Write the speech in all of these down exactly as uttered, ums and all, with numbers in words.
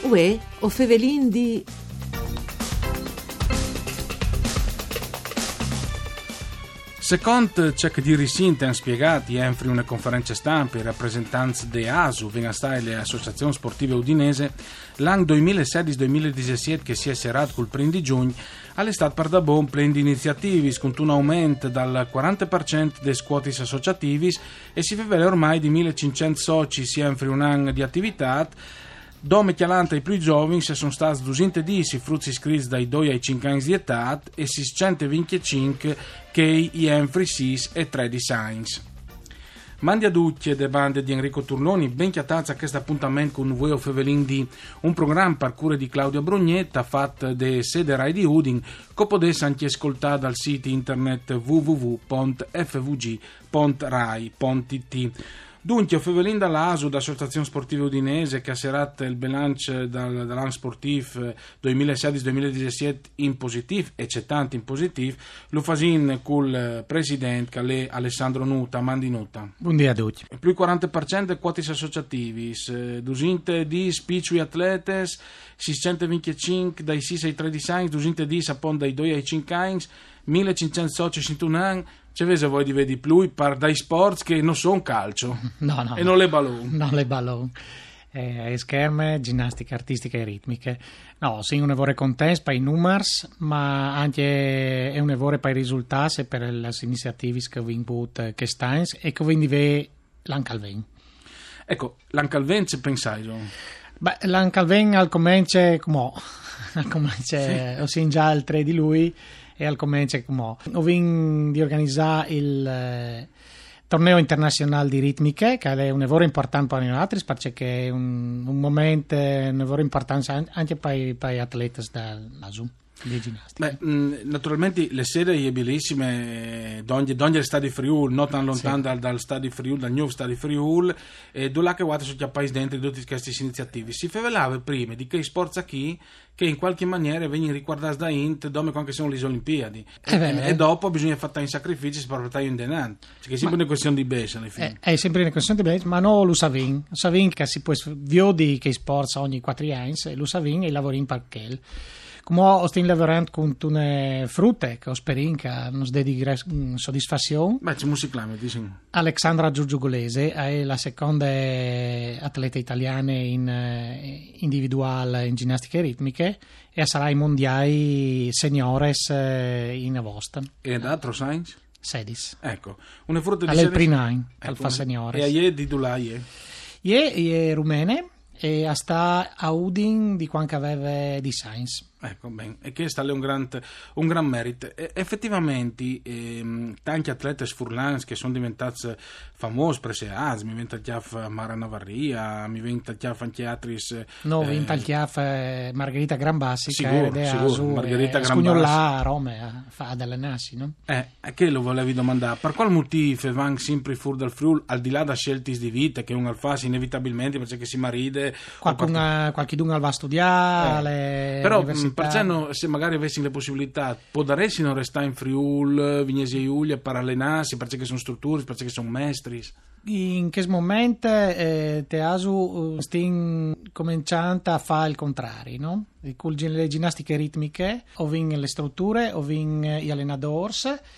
Uè, o fevelin di... Secondo ciò che di recente hanno spiegato in una conferenza stampa i rappresentanti di A S U, venga stai le associazioni sportive udinese, l'anno duemilasedici duemiladiciassette che si è serrato col primo di giugno, all'estate per da buon plen di iniziativi, con un aumento dal quaranta per cento dei squatis associativi e si vede ormai di millecinquecento soci sia in un anno di attività. Dome chialante ai più giovani se sono stati duecentodieci frutti iscritti dai due ai cinque anni di età e seicentoventicinque che i enfri sei e tre di Science. Mandi a tutti le bande di Enrico Turnoni, ben chiatazza a questo appuntamento con voi o Fevelin di un programma per cura di Claudia Brugnetta fatto de sede Rai di Udin che potesse anche ascoltare dal sito internet w w w punto f v g punto rai punto i t. Dunque, Fevelin dalla A S U, d'Associazione Sportiva Udinese, che ha serrato il bilancio dal, dall'anno sportivo duemilasedici duemiladiciassette in positivo, e c'è tanto in positivo, lo fasin col presidente che è Alessandro Nuta, Mandi Nuta. Buongiorno a tutti. Più il quaranta per cento dei quotis associativi, duecento di spicciui atletes, seicentoventicinque dai sei ai tredici anni, duecento di sapon dai due ai cinque anni, millecinquecento soci cinquantuno anni. C'è vese voi di vedi più par dai sport che non sono calcio no, no, e non le ballon. Non le ballon. Eh, scherme, ginnastica artistica e ritmiche. No, sì, un evore contest per i numeri, ma anche è un evore per i risultati e per le iniziative che vi input che stanno e che vi ve l'Ancalven. Ecco, l'Ancalven ci pensai? Beh, l'Ancalven al comincia come al comincia, sì. Ho già il tre di lui e al comincia come ho vinto di organizzare il eh, torneo internazionale di ritmiche che è un evento importante per noi altri perché è un, un momento un evento importante anche per, per gli atleti dell'A S U di ginnastica. Beh, mh, naturalmente le sede sono bellissime d'ogni stadio Friuli, non tan lontano sì. dal, dal stadio Friuli, dal nuovo stadio Friuli, e dove che guarda sono già paesi dentro di tutte queste iniziative. Si favelava prima di che sport qui che in qualche maniera vengono riguardati da Int dove anche sono le Olimpiadi eh beh, e, e dopo bisogna fare i sacrifici per portare in denaro, cioè che è sempre ma, una questione di base alla fine. È, è sempre una questione di base, ma non lo savin savin che si può viodi che sport ogni quattro anni e lo savin e lavori in parquel. Come ho stiamo lavorando con una frutte che ho sperato che non dedichi soddisfazione. Beh, c'è musiclame, dici. Alexandra Giurgiugolese è la seconda atleta italiana in individuale in ginnastica ritmiche e sarà ai mondiali seniores in agosto. E ad altro science? Sedis. Ecco, una frutta di Alle sedis... Prinai, ecco, al fa seniores. E a ie di Dulaie? Ie è rumene e sta a Udin di quando aveva di science. Ecco, bene, e questo è un gran, un gran merito. E, effettivamente, ehm, tanti atleti furlans che sono diventati famosi, prese A S, mi viene chiaf Mara Navarria, mi viene chiaf anche altri. No, eh, mi viene chiaf Margherita Grambassi, sicuro, che è sicuro, Asu, Margherita eh, Grambassi. là a Roma, fa delle nassi, no? Eh, che lo volevi domandare? Per quale motivo vanno sempre fuori dal Friuli, al di là da scelte di vita, che un alfasi inevitabilmente perché si maride? Qualcuno, qualche dunga va a studiare, eh, però perché no, se magari avessi le possibilità potresti non restare in Friuli, Vignesi e Giulia per allenarsi perché sono strutture, perché sono maestri. In questo momento eh, te asu stiamo cominciando a fare il contrario, no? Con le ginnastiche ritmiche o vin le strutture o vin gli allenatori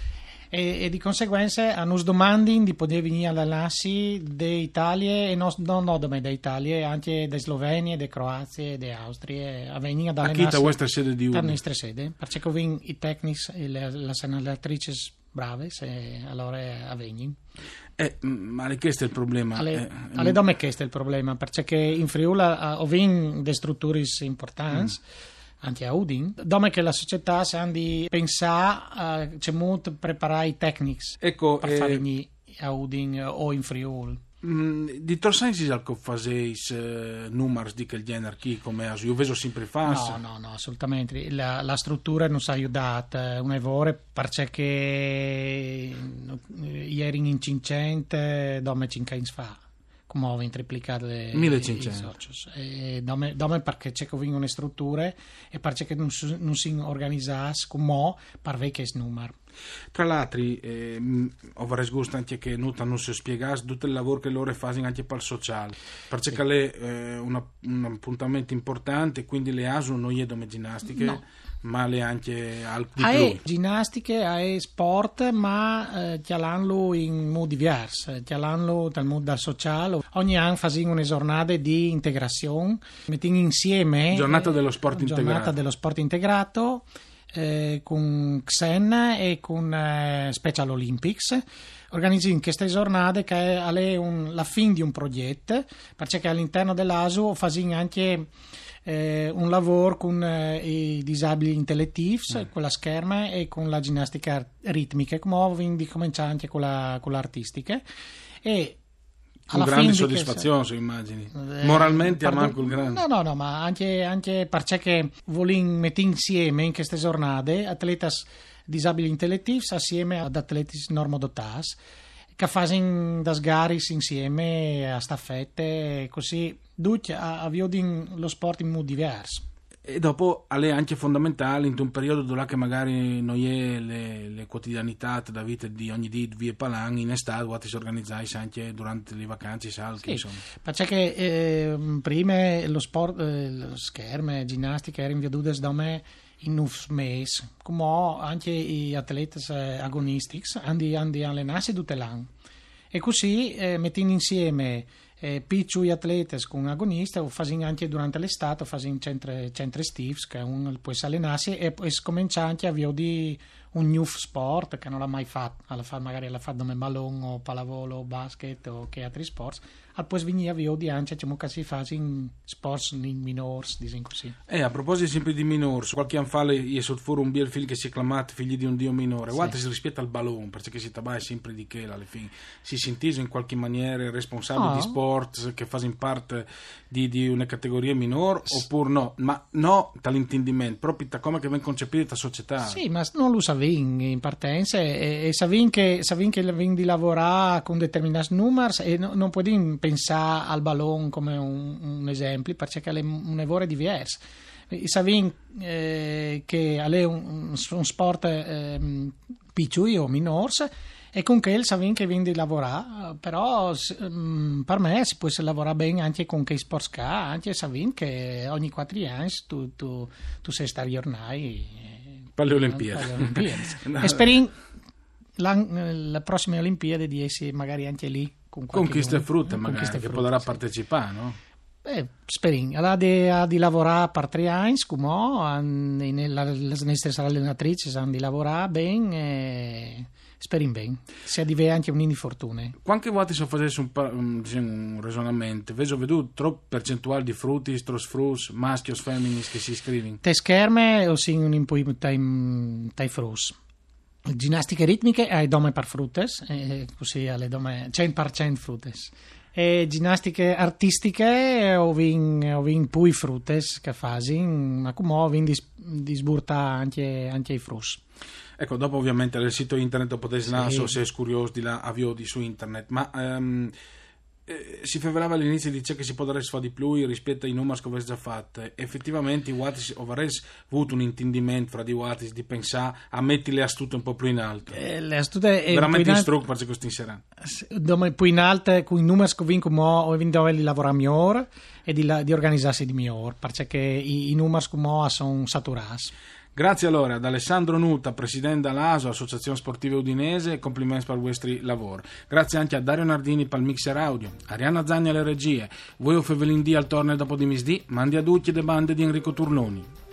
e, e di conseguenza hanno domandi di poter venire all'allenarsi d'Italia e non, non, non da Italia, anche da Slovenia, da Croazia, da Austria a venire ad allenarsi. A chi da vostra sede di Udine? Da nostra sede, perché vin i tecnici e le, le allenatrici brave se allora a venire. Eh, ma questo è il problema. Alle, eh, alle donne questo è il problema, perché in Friuli ho vinto delle strutture importanti, mm. anche a Udin, dove che la società sa di pensare, uh, c'è molto preparare i tecnici ecco, per eh, fare venire a Udin o in Friuli. Mh, di Torsensi al che faceis eh, numeri di quel genere qui come io vedo sempre fast. No, no, no, assolutamente. La, la struttura non si è aiutata un evore perché ieri in cinquecento dove cinque anni fa. come ho triplicato le millecinquecento. E dome, dome perché c'è che vengono strutture e perché non, non si organizzasse come per vecchie numeri. Tra l'altro, eh, avrei gusto anche che Nuta non si spiegasse tutto il lavoro che loro fanno anche per il sociale, perché sì. È eh, una, un appuntamento importante, quindi le A S U non è come ginnastiche, no. Ma le anche altri più. Ginnastiche, è sport, ma eh, chialanlo in modi diversi, chialanlo dal mondo dal sociale. Ogni anno fanno una giornata di integrazione, mettiamo insieme giornata dello sport giornata integrato. dello sport integrato. Eh, con Xen e con eh, Special Olympics organizziamo queste giornate che è un, la fine di un progetto, perché all'interno dell'A S U facciamo anche eh, un lavoro con eh, i disabili intellettivi, mm. con la scherma e con la ginnastica ritmica, come quindi cominciamo anche con, la, con l'artistica e con grande soddisfazione, se immagini. Eh, Moralmente a manco il grande. No, no, no, ma anche, anche perché vogliamo mettere insieme in queste giornate atleti disabili intellettivi assieme ad atleti normodotati che fanno das gare insieme a staffette, così tutti avviano lo sport in modo diverso. E dopo è anche fondamentale in un periodo dove che magari non è le, le quotidianità da vita di ogni dì via Palan in estate quando si organizza anche durante le vacanze salchi, sì, insomma. Perché eh, prima lo sport eh, lo schermo ginnastica erano vedute da me in un mese, come anche gli atleti agonistici hanno allenarsi tutto l'anno e così eh, mettendo insieme Eh, piccoli atleti con agonisti o fanno anche durante l'estate, fanno centri, centri estivi che uno può allenarsi e poi comincia anche a avere di un new sport che non l'ha mai fatto, alla fa, magari l'ha fatto come ballon o pallavolo o basket o che altri sport, al poi venire a avere di anche diciamo che si fa in sport in minors, diciamo così. Eh, a proposito sempre di minors, qualche anno fa è stato fuori un bel film che si è chiamato Figli di un Dio minore, guarda sì. Si rispetta al ballon perché si tratta sempre di che alla fine si sentise in qualche maniera responsabile oh. di sport che fanno parte di, di una categoria minore oppure no, ma no dall'intendimento proprio da come che viene concepita la società. Sì, ma non lo savin in partenza e, e savin che savin che vin di lavorare con determinati numeri e no, non puoi pensare al ballon come un, un esempio perché è un lavoro diverso. Savin eh, che è un, un sport eh, piccolo o minore e con che savin che viene di lavorare, però um, per me si può lavorare bene anche con che sport ca, anche savin che ogni quattro anni tu, tu, tu sei stare ormai per le Olimpiadi. No. E spero la, la prossima Olimpiadi di essere magari anche lì con queste frutte magari che frutte, potrà sì. partecipare, no? Eh, spero ha di, ha di lavorare per tre anni come le nostre allenatrici hanno di lavorare bene e spero bene sia di avere anche un'infortuna. Quante volte se facesse un, un, diciamo, un ragionamento vedo veduto troppo percentuale di frutti tros frus maschi o femmini che si iscrivono te scherme o si un impoi tai tai frus ginnastiche ritmiche hai dome per fruttes e così alle dome cento per cento fruttes e ginnastiche artistiche ho vin ho vin pui fruttes che fasi ma come ho vin di, di sburta anche anche i frus. Ecco, dopo ovviamente nel sito internet potete sì. Naso se è curioso di là avvio di su internet, ma um, eh, si favelava all'inizio dice che si potrebbe fare di più rispetto ai numeri che avete già fatto. Effettivamente i Wattis avreste avuto un intendimento fra di Wattis di pensare a mettere le astute un po' più in alto. Eh, le astute è veramente in struc per questo inserano. Dove più in alto con i numeri che vinco ho vinto di lavorare migliore e di, di organizzarsi di migliore, perché i, i numeri come sono saturati. Grazie allora ad Alessandro Nuta, presidente dell'A S O, Associazione Sportiva Udinese, e complimenti per il vostro lavoro. Grazie anche a Dario Nardini per il mixer audio, Arianna Zagni alle regie, voi o Fevelin D al torneo dopo di misdì, mandi a tutti le bande di Enrico Turnoni.